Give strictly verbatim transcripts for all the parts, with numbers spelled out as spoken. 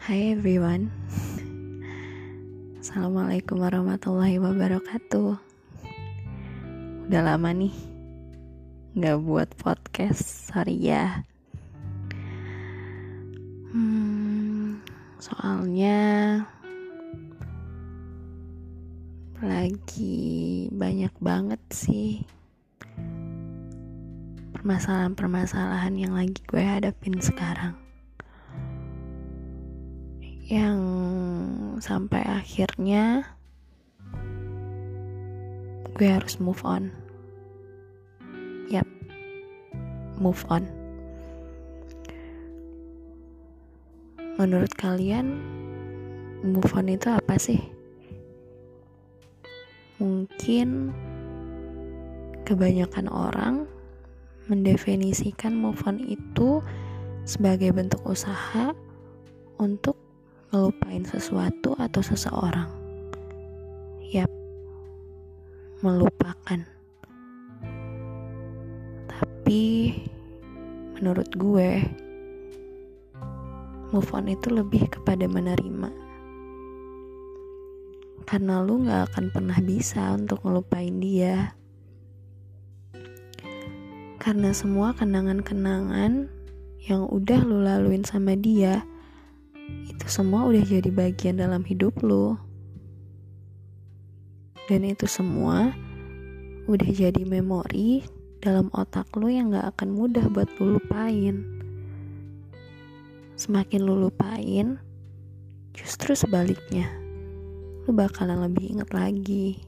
Hai everyone. Assalamualaikum warahmatullahi wabarakatuh. Udah lama nih gak buat podcast, sorry ya. hmm, Soalnya lagi banyak banget sih permasalahan-permasalahan yang lagi gue hadapin sekarang, yang sampai akhirnya gue harus move on. Yap, move on. Menurut kalian, move on itu apa sih? Mungkin kebanyakan orang mendefinisikan move on itu sebagai bentuk usaha untuk ngelupain sesuatu atau seseorang. Yap, melupakan. Tapi menurut gue, move on itu lebih kepada menerima. Karena lu gak akan pernah bisa untuk ngelupain dia. Karena semua kenangan-kenangan yang udah lu laluin sama dia, itu semua udah jadi bagian dalam hidup lu. Dan itu semua udah jadi memori dalam otak lu yang gak akan mudah buat lu lupain. Semakin lu lupain, justru sebaliknya, lu bakalan lebih inget lagi.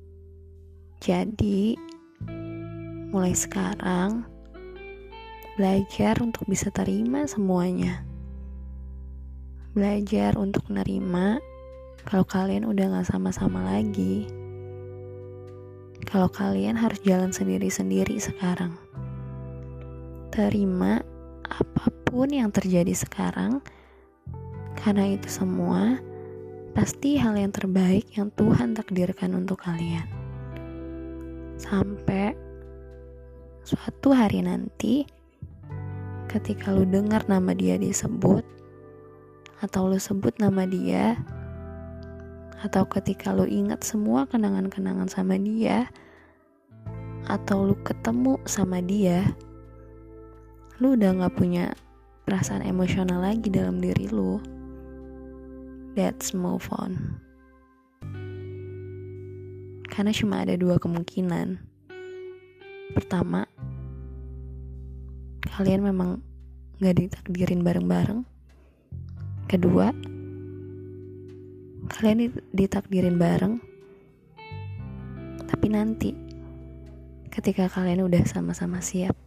Jadi mulai sekarang, belajar untuk bisa terima semuanya. Belajar untuk nerima kalau kalian udah gak sama-sama lagi. Kalau kalian harus jalan sendiri-sendiri sekarang. Terima apapun yang terjadi sekarang, karena itu semua pasti hal yang terbaik yang Tuhan takdirkan untuk kalian. Sampai suatu hari nanti, ketika lu dengar nama dia disebut, atau lu sebut nama dia, atau ketika lu ingat semua kenangan-kenangan sama dia, atau lu ketemu sama dia, lu udah gak punya perasaan emosional lagi dalam diri lu. That's move on. Karena cuma ada dua kemungkinan. Pertama, kalian memang gak ditakdirin bareng-bareng. Kedua, kalian ditakdirin bareng, tapi nanti ketika kalian udah sama-sama siap.